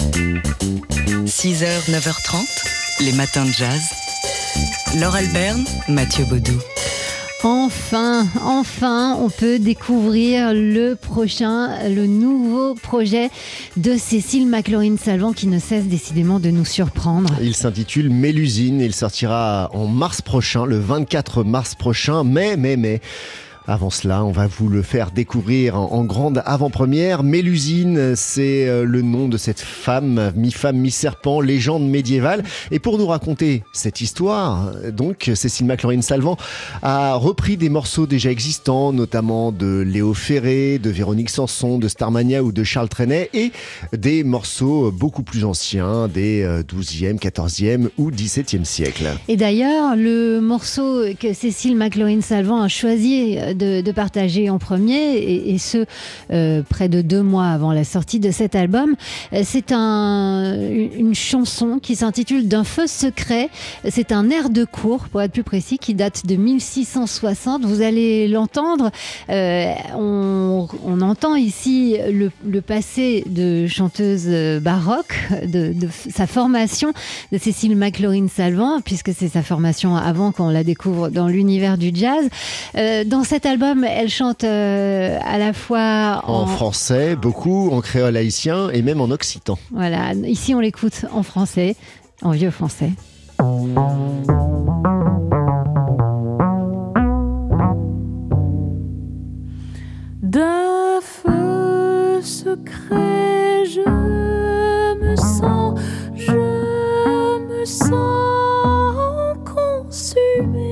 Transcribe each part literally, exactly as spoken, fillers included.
six heures, neuf heures trente, les matins de jazz. Laure Alberne, Mathieu Baudou. Enfin, enfin, on peut découvrir le prochain, le nouveau projet de Cécile McLorin-Salvant qui ne cesse décidément de nous surprendre. Il s'intitule Mélusine et il sortira en mars prochain, le vingt-quatre mars prochain. Mais, mais, mais... Avant cela, on va vous le faire découvrir en grande avant-première. Mélusine, c'est le nom de cette femme, mi-femme, mi-serpent, légende médiévale. Et pour nous raconter cette histoire, donc, Cécile McLorin-Salvant a repris des morceaux déjà existants, notamment de Léo Ferré, de Véronique Sanson, de Starmania ou de Charles Trenet, et des morceaux beaucoup plus anciens, des douzième, quatorzième ou dix-septième siècle. Et d'ailleurs, le morceau que Cécile McLorin-Salvant a choisi De, de partager en premier, et, et ce, euh, près de deux mois avant la sortie de cet album. C'est un, une chanson qui s'intitule D'un feu secret. C'est un air de cour, pour être plus précis, qui date de mille six cent soixante. Vous allez l'entendre. Euh, on, on entend ici le, le passé de chanteuse baroque, de, de sa formation de Cécile McLorin-Salvant, puisque c'est sa formation avant qu'on la découvre dans l'univers du jazz. Euh, dans cet album, elle chante euh, à la fois en... en français, beaucoup, en créole haïtien et même en occitan. Voilà, ici on l'écoute en français, en vieux français. D'un feu secret, je me sens, je me sens consumée.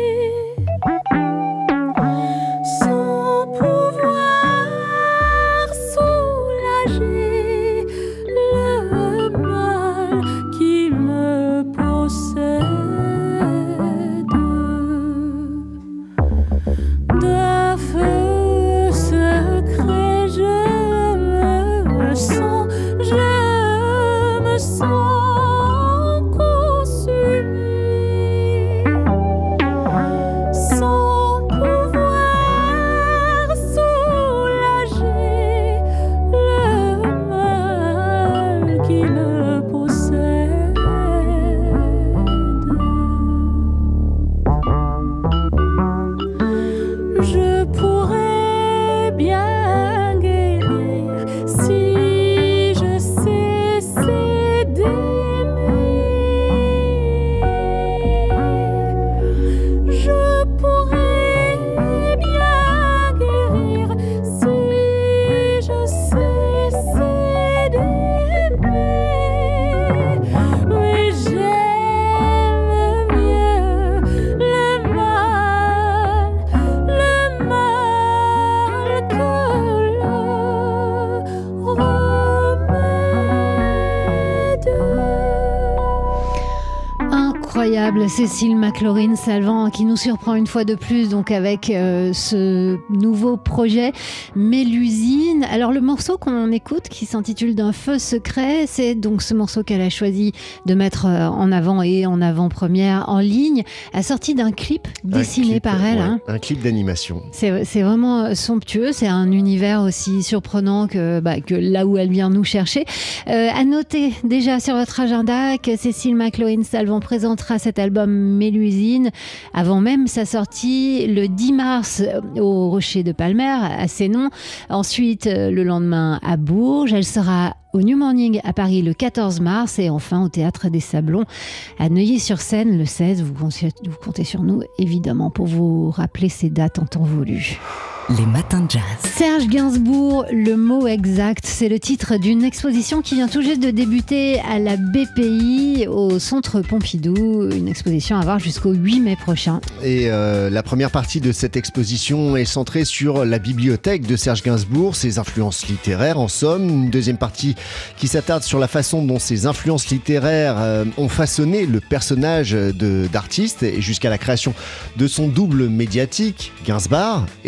Incroyable, Cécile McLorin-Salvant qui nous surprend une fois de plus donc avec euh, ce nouveau projet Mélusine. Alors le morceau qu'on écoute qui s'intitule D'un feu secret, c'est donc ce morceau qu'elle a choisi de mettre en avant et en avant-première en ligne, assorti d'un clip dessiné clip, par elle. Ouais, hein. Un clip d'animation. C'est, c'est vraiment somptueux, c'est un univers aussi surprenant que, bah, que là où elle vient nous chercher. Euh, à noter déjà sur votre agenda que Cécile McLorin-Salvant présentera cet album Mélusine avant même sa sortie le dix mars au Rocher de Palmer à Sénon, ensuite le lendemain à Bourges. Elle sera au New Morning à Paris le quatorze mars et enfin au Théâtre des Sablons à Neuilly-sur-Seine le seize. Vous comptez, vous comptez sur nous évidemment pour vous rappeler ces dates en temps voulu. Les matins de jazz. Serge Gainsbourg, le mot exact, c'est le titre d'une exposition qui vient tout juste de débuter à la B P I au Centre Pompidou, une exposition à voir jusqu'au huit mai prochain. Et euh, la première partie de cette exposition est centrée sur la bibliothèque de Serge Gainsbourg, ses influences littéraires en somme. Une deuxième partie qui s'attarde sur la façon dont ces influences littéraires euh, ont façonné le personnage de, d'artiste et jusqu'à la création de son double médiatique, Gainsbar et Serge Gainsbourg.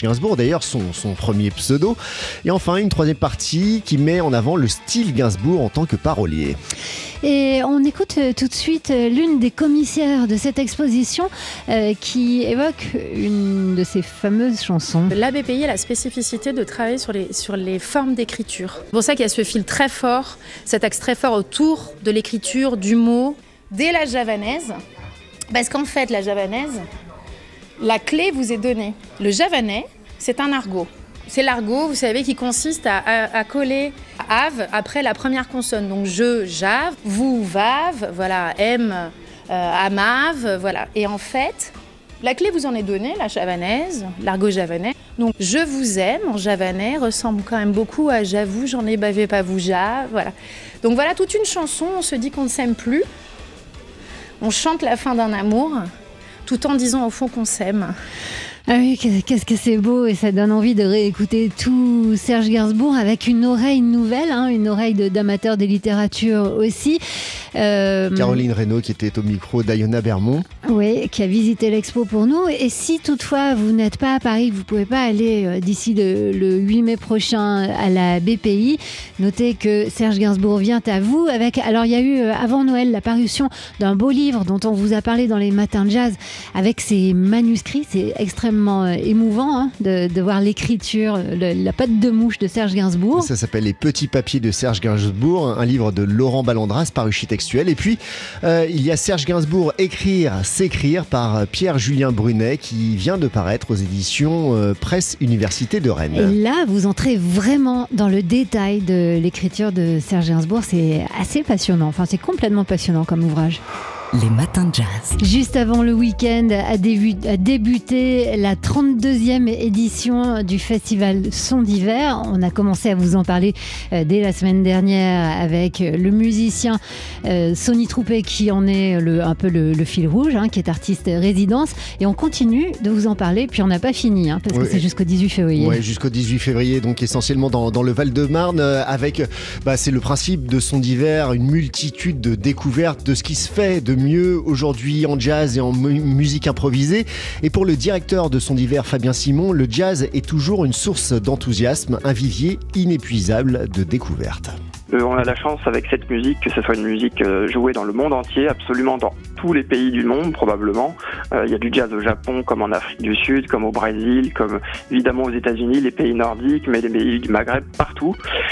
Gainsbourg, d'ailleurs son, son premier pseudo. Et enfin, une troisième partie qui met en avant le style Gainsbourg en tant que parolier. Et on écoute tout de suite l'une des commissaires de cette exposition euh, qui évoque une de ses fameuses chansons. La B P I a la spécificité de travailler sur les, sur les formes d'écriture. C'est pour ça qu'il y a ce fil très fort, cet axe très fort autour de l'écriture, du mot, dès la javanaise. Parce qu'en fait, la javanaise, la clé vous est donnée. Le javanais, c'est un argot. C'est l'argot, vous savez, qui consiste à, à, à coller ave après la première consonne. Donc je, jave, vous, vave, voilà, m, euh, amave, voilà. Et en fait, la clé vous en est donnée, la javanaise, l'argot javanais. Donc je vous aime en javanais ressemble quand même beaucoup à j'avoue, j'en ai bavé, pas vous, jave, voilà. Donc voilà toute une chanson, on se dit qu'on ne s'aime plus. On chante la fin d'un amour, tout en disant au fond qu'on s'aime. Ah oui, qu'est-ce que c'est beau et ça donne envie de réécouter tout Serge Gainsbourg avec une oreille nouvelle, hein, une oreille de, d'amateur de littérature aussi. Euh, Caroline Reynaud qui était au micro d'Ayona Bermond. Oui, qui a visité l'expo pour nous. Et si toutefois vous n'êtes pas à Paris, vous ne pouvez pas aller euh, d'ici le, le huit mai prochain à la B P I, notez que Serge Gainsbourg vient à vous avec... Alors il y a eu euh, avant Noël la parution d'un beau livre dont on vous a parlé dans les matins de jazz avec ses manuscrits, c'est extrêmement émouvant hein, de, de voir l'écriture, le, la patte de mouche de Serge Gainsbourg. Ça s'appelle Les Petits Papiers de Serge Gainsbourg, un livre de Laurent Ballandras paru chez Textuel. Et puis, euh, il y a Serge Gainsbourg, Écrire, s'écrire par Pierre-Julien Brunet qui vient de paraître aux éditions euh, Presse Université de Rennes. Et là, vous entrez vraiment dans le détail de l'écriture de Serge Gainsbourg. C'est assez passionnant. Enfin, c'est complètement passionnant comme ouvrage. Les matins de jazz. Juste avant le week-end a, débu- a débuté la trente-deuxième édition du festival Son d'hiver. On a commencé à vous en parler euh, dès la semaine dernière avec le musicien euh, Sonny Troupé qui en est le, un peu le, le fil rouge, hein, qui est artiste résidence. Et on continue de vous en parler, puis on n'a pas fini, hein, parce oui, que c'est jusqu'au dix-huit février. Oui, jusqu'au dix-huit février, donc essentiellement dans, dans le Val-de-Marne, euh, avec, bah, c'est le principe de Son d'hiver, une multitude de découvertes de ce qui se fait de mieux aujourd'hui en jazz et en mu- musique improvisée. Et pour le directeur de Son d'hiver, Fabien Simon, le jazz est toujours une source d'enthousiasme, un vivier inépuisable de découvertes. Euh, on a la chance avec cette musique que ce soit une musique euh, jouée dans le monde entier, absolument dans tous les pays du monde probablement. Euh, il y a du jazz au Japon, comme en Afrique du Sud, comme au Brésil, comme évidemment aux États-Unis, les pays nordiques, mais les pays du Maghreb, partout.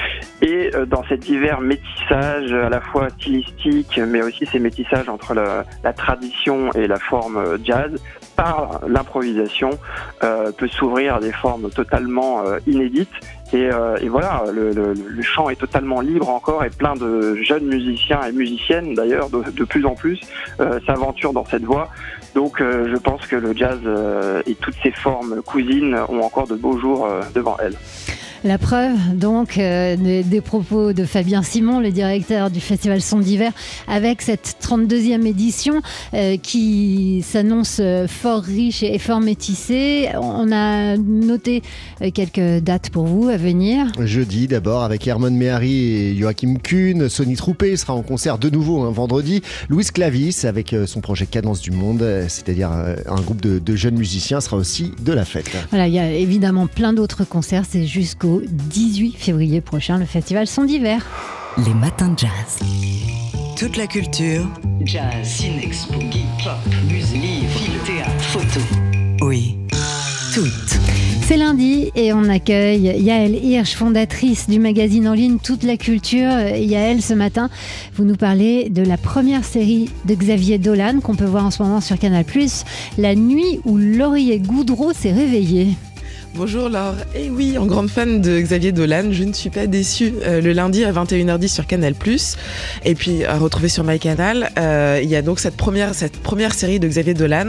Et euh, dans cet divers métissage à la fois stylistique, mais aussi ces métissages entre la, la tradition et la forme euh, jazz, par l'improvisation, euh, peut s'ouvrir à des formes totalement euh, inédites. Et, euh, et voilà, le, le, le chant est totalement libre encore et plein de jeunes musiciens et musiciennes d'ailleurs, de, de plus en plus, euh, s'aventurent dans cette voie. Donc euh, je pense que le jazz euh, et toutes ses formes cousines ont encore de beaux jours euh, devant elles. La preuve, donc, euh, des, des propos de Fabien Simon, le directeur du Festival Son d'hiver, avec cette trente-deuxième édition euh, qui s'annonce fort riche et fort métissée. On a noté euh, quelques dates pour vous à venir. Jeudi, d'abord, avec Herman Mehari et Joachim Kuhn. Sonny Troupé sera en concert de nouveau un hein, vendredi. Louis Clavis, avec euh, son projet Cadence du Monde, euh, c'est-à-dire euh, un groupe de, de jeunes musiciens, sera aussi de la fête. Voilà, il y a évidemment plein d'autres concerts. C'est jusqu'au dix-huit février prochain, le festival Son d'hiver. Les matins de jazz. Toute la culture. Jazz, ciné-expo, geek, pop, musique, livres, film, théâtre, photo. Oui, toutes. C'est lundi et on accueille Yaël Hirsch, fondatrice du magazine en ligne Toute la culture. Yaël, ce matin, vous nous parlez de la première série de Xavier Dolan qu'on peut voir en ce moment sur Canal plus, La nuit où Laurier Goudreau s'est réveillé. Bonjour Laure. Et oui, en grande fan de Xavier Dolan, je ne suis pas déçue. Euh, le lundi à vingt et une heures dix sur Canal plus, et puis à retrouver sur MyCanal, euh, il y a donc cette première, cette première série de Xavier Dolan.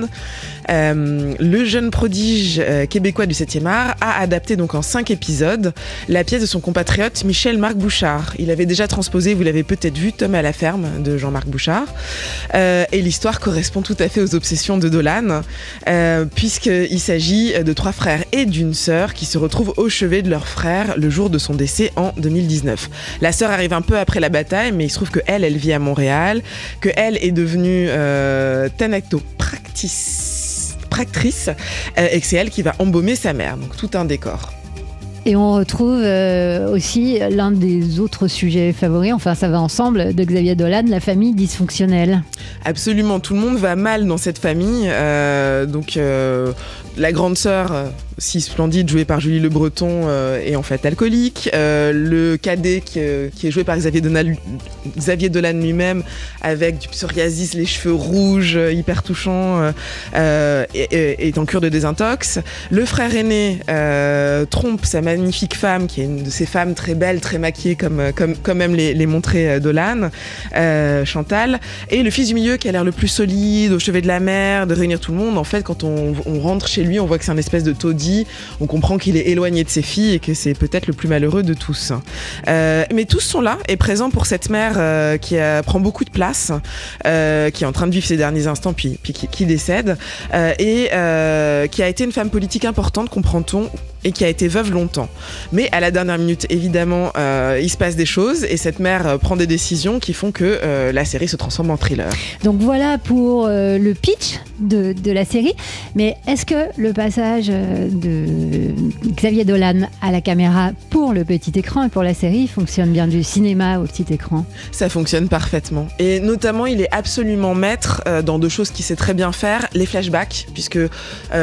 Euh, le jeune prodige euh, québécois du septième art a adapté donc en cinq épisodes la pièce de son compatriote Michel-Marc Bouchard. Il avait déjà transposé, vous l'avez peut-être vu, Tom à la ferme de Jean-Marc Bouchard. Euh, et l'histoire correspond tout à fait aux obsessions de Dolan, euh, puisqu'il s'agit de trois frères et d'une sœur qui se retrouvent au chevet de leur frère le jour de son décès en deux mille dix-neuf. La sœur arrive un peu après la bataille, mais il se trouve que elle, elle vit à Montréal, que elle est devenue euh, thanatopractice. tractrice euh, et que c'est elle qui va embaumer sa mère. Donc tout un décor. Et on retrouve euh, aussi l'un des autres sujets favoris, enfin ça va ensemble, de Xavier Dolan, la famille dysfonctionnelle. Absolument, tout le monde va mal dans cette famille. Euh, donc euh, la grande sœur, si splendide, jouée par Julie Le Breton, euh, est en fait alcoolique. Euh, le cadet qui, euh, qui est joué par Xavier Dolan, Xavier Dolan lui-même, avec du psoriasis, les cheveux rouges, hyper touchants, euh, euh, est, est en cure de désintox. Le frère aîné euh, trompe sa magnifique femme, qui est une de ces femmes très belles, très maquillées, comme, comme, comme même les, les montrait Dolan, euh, Chantal. Et le fils du milieu, qui a l'air le plus solide, au chevet de la mer, de réunir tout le monde. En fait, quand on, on rentre chez lui, on voit que c'est un espèce de taudis. On comprend qu'il est éloigné de ses filles et que c'est peut-être le plus malheureux de tous. Euh, mais tous sont là et présents pour cette mère euh, qui a, prend beaucoup de place, euh, qui est en train de vivre ses derniers instants, puis, puis qui, qui décède, euh, et euh, qui a été une femme politique importante, comprend-on, et qui a été veuve longtemps. Mais à la dernière minute, évidemment, euh, il se passe des choses et cette mère euh, prend des décisions qui font que euh, la série se transforme en thriller. Donc voilà pour euh, le pitch de, de la série. Mais est-ce que le passage de Xavier Dolan à la caméra pour le petit écran et pour la série fonctionne bien du cinéma au petit écran? Ça fonctionne parfaitement. Et notamment, il est absolument maître euh, dans deux choses qu'il sait très bien faire. Les flashbacks, puisque euh,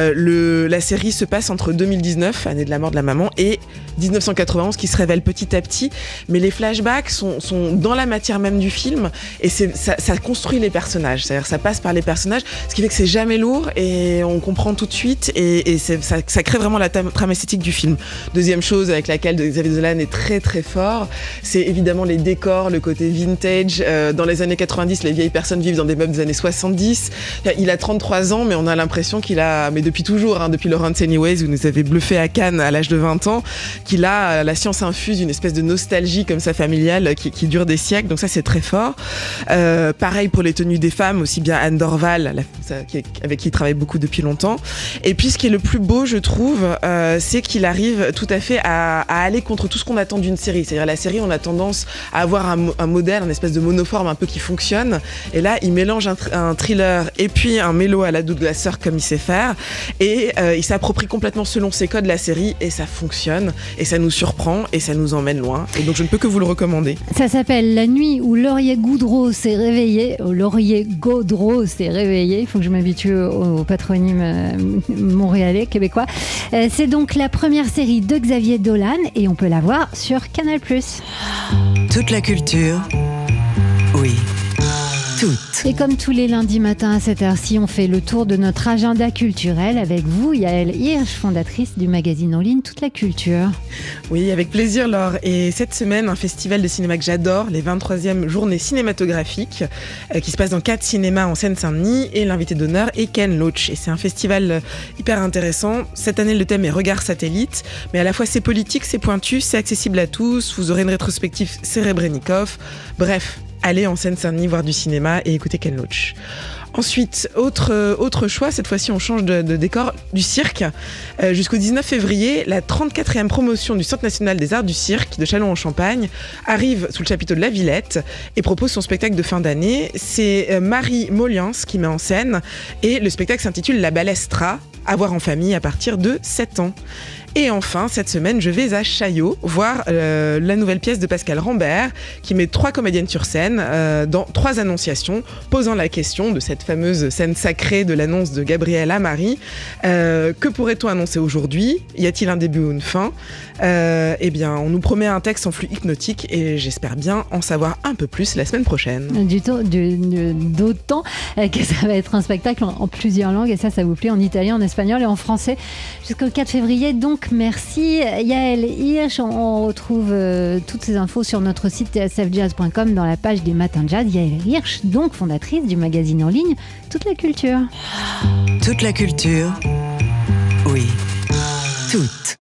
le, la série se passe entre deux mille dix-neuf, année de la mort de la maman, et dix-neuf cent quatre-vingt-onze, qui se révèle petit à petit. Mais les flashbacks sont, sont dans la matière même du film, et c'est, ça, ça construit les personnages. C'est-à-dire ça passe par les personnages, ce qui fait que c'est jamais lourd, et on comprend tout de suite, et, et c'est, ça, ça crée vraiment la tam- trame esthétique du film. Deuxième chose avec laquelle Xavier Dolan est très très fort, c'est évidemment les décors, le côté vintage. Euh, dans les années quatre-vingt-dix, les vieilles personnes vivent dans des meubles des années soixante-dix. Il a trente-trois ans, mais on a l'impression qu'il a, mais depuis toujours, hein, depuis Lawrence Anyways, vous nous avez bluffé à Cannes à l'âge de vingt ans, qu'il a, la science infuse une espèce de nostalgie comme ça familiale qui, qui dure des siècles, donc ça c'est très fort. Euh, pareil pour les tenues des femmes, aussi bien Anne Dorval, la, ça, qui, avec qui il travaille beaucoup depuis longtemps. Et puis ce qui est le plus beau, je trouve, euh, c'est qu'il arrive tout à fait à, à aller contre tout ce qu'on attend d'une série. C'est-à-dire la série, on a tendance à avoir un, un modèle, une espèce de monoforme un peu qui fonctionne, et là il mélange un, un thriller et puis un mélo à la Douglas Sirk comme il sait faire, et euh, il s'approprie complètement selon ses codes la série, et ça fonctionne, et ça nous surprend, et ça nous emmène loin, et donc je ne peux que vous le recommander. Ça s'appelle La nuit où Laurier Goudreau s'est réveillé, oh, Laurier Gaudreau s'est réveillé, il faut que je m'habitue au, au patronyme euh, montréalais, québécois. Euh, c'est donc la première série de Xavier Dolan, et on peut la voir sur Canal plus. Toute la culture, oui, toute. Et comme tous les lundis matins à cette heure-ci, on fait le tour de notre agenda culturel avec vous, Yael Hirsch, fondatrice du magazine en ligne Toute la culture. Oui, avec plaisir, Laure. Et cette semaine, un festival de cinéma que j'adore, les vingt-troisième journées cinématographiques, euh, qui se passe dans quatre cinémas en Seine-Saint-Denis, et l'invité d'honneur est Ken Loach. Et c'est un festival euh, hyper intéressant. Cette année, le thème est Regard satellite, mais à la fois c'est politique, c'est pointu, c'est accessible à tous. Vous aurez une rétrospective Serebrennikov. Bref, allez en Seine-Saint-Denis voir du cinéma et écouter Ken Loach. Ensuite, autre, euh, autre choix, cette fois-ci on change de, de décor, du cirque. Euh, jusqu'au dix-neuf février, la trente-quatrième promotion du Centre national des arts du cirque de Châlons-en-Champagne arrive sous le chapiteau de la Villette et propose son spectacle de fin d'année. C'est euh, Marie Molians qui met en scène, et le spectacle s'intitule La Balestra, à voir en famille à partir de sept ans. Et enfin, cette semaine, je vais à Chaillot voir euh, la nouvelle pièce de Pascal Rambert, qui met trois comédiennes sur scène euh, dans trois annonciations, posant la question de cette fameuse scène sacrée de l'annonce de Gabriel à Marie. Euh, que pourrait-on annoncer aujourd'hui ? Y a-t-il un début ou une fin ? euh, Eh bien, on nous promet un texte en flux hypnotique, et j'espère bien en savoir un peu plus la semaine prochaine. Du to- du, du, d'autant que ça va être un spectacle en, en plusieurs langues, et ça, ça vous plaît, en italien, en espagnol et en français, jusqu'au quatre février. Donc, merci Yael Hirsch. On retrouve euh, toutes ces infos sur notre site t s f jazz point com dans la page des Matins de Jazz. Yael Hirsch, donc fondatrice du magazine en ligne Toute la culture. Toute la culture, oui, toute.